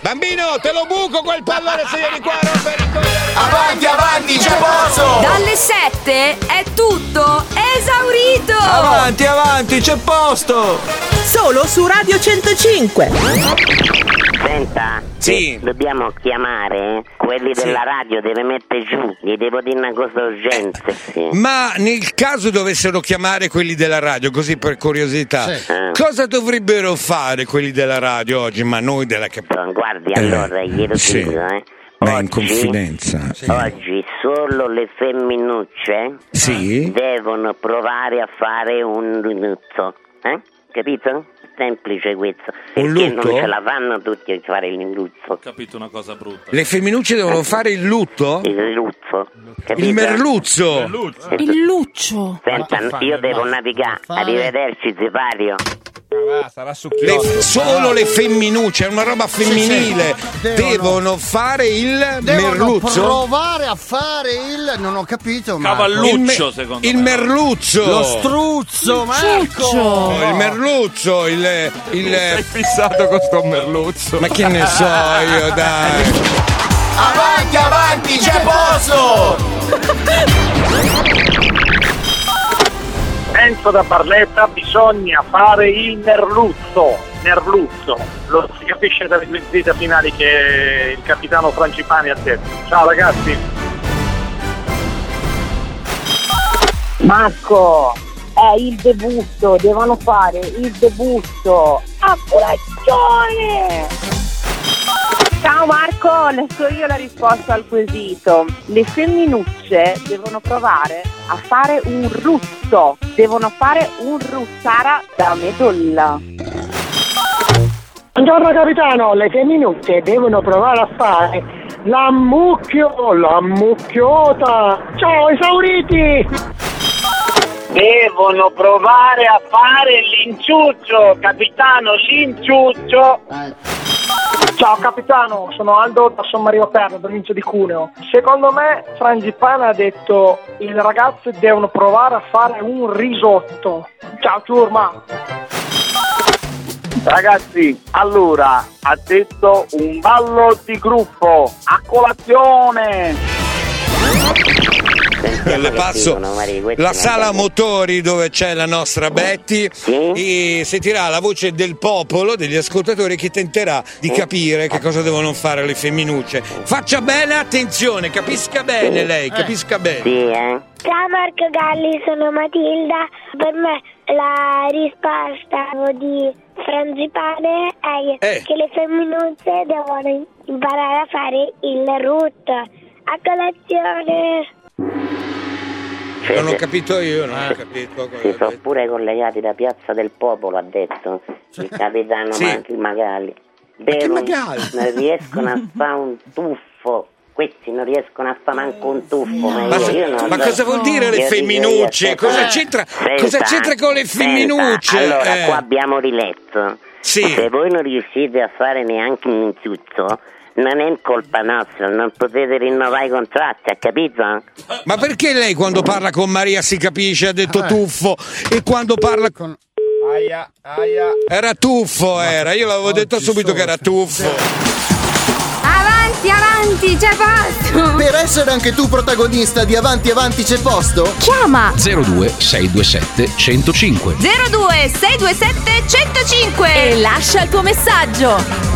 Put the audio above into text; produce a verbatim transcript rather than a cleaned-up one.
Bambino, te lo buco quel pallone se vieni qua a rompere il coglione. Avanti, avanti, c'è posto. Dalle sette è tutto esaurito. Avanti, avanti, c'è posto. Solo su Radio centocinque. Senta, sì. Dobbiamo chiamare quelli sì. della radio, deve mettere giù, gli devo dire una cosa urgente. Sì. Ma nel caso dovessero chiamare quelli della radio, così per curiosità, sì. eh. cosa dovrebbero fare quelli della radio oggi? Ma noi della Cap- Guardi, allora, eh, glielo sì. dico, eh. Ma oggi, in confidenza. Sì. Oggi solo le femminucce sì. devono provare a fare un lutto, eh? Capito? Semplice questo. Un Perché lutto? non ce la fanno tutti a fare il lutto. Ho capito una cosa brutta. Le femminucce devono fare il lutto? Il lutto. Capito? Il merluzzo. Il luccio. Senta, io devo navigare. Arrivederci, Zipario. Ah, sarà succhioso. Le, solo le femminucce, è una roba femminile. Sì, sì. Devono, devono fare il devono merluzzo. Provare a fare il. Non ho capito. Cavalluccio, me, secondo il me. Il merluzzo. Lo struzzo, Marco. Oh, il merluzzo. Il. il Sei fissato con sto merluzzo. Ma che ne so io, dai. Avanti, avanti, c'è posto. Penso da Barletta bisogna fare il merluzzo, merluzzo, lo si capisce dalle due dita finali che il capitano Frangipani ha detto. Ciao ragazzi. Marco, è il debutto, devono fare il debutto. A colazione! Ciao Marco, le so io la risposta al quesito. Le femminucce devono provare a fare un russo, devono fare un russara da medulla. Buongiorno capitano, le femminucce devono provare a fare l'ammucchio, l'ammucchiota. Ciao esauriti! Devono provare a fare l'inciuccio, capitano, l'inciuccio. Ciao capitano, sono Aldo da Sommario Perno, provincia di Cuneo. Secondo me Frangipane ha detto i ragazzi devono provare a fare un risotto. Ciao ciurma. Ragazzi, allora ha detto un ballo di gruppo a colazione. Le passo la sala motori dove c'è la nostra Betty e sentirà la voce del popolo, degli ascoltatori, che tenterà di capire che cosa devono fare le femminucce. Faccia bene attenzione, capisca bene lei, capisca bene. Sì, eh. Ciao Marco Galli, sono Matilda. Per me la risposta di Frangipane è eh. che le femminucce devono imparare a fare il root a colazione. Non ho capito io, non ho capito. Si sono pure collegati da Piazza del Popolo, ha detto il capitano sì. Magali. Ma che Devono, Magali? non riescono a fare un tuffo. Questi non riescono a fare manco un tuffo. Ma, ma, io, io non ma so. cosa vuol dire le Io femminucce? dico, Cosa eh, c'entra, senta, cosa c'entra con le femminucce? Senta, allora, eh. qua abbiamo riletto. Sì. Se voi non riuscite a fare neanche un insulto, non è colpa nostra, non potete rinnovare i contratti, ha capito? Ma perché lei quando parla con Maria si capisce, ha detto tuffo, e quando parla con... Aia, aia. Era tuffo, era, io l'avevo detto subito che era tuffo. Avanti, avanti, c'è posto. Per essere anche tu protagonista di Avanti Avanti c'è posto? Chiama zero due sei due sette uno zero cinque zero due sei due sette uno zero cinque e lascia il tuo messaggio.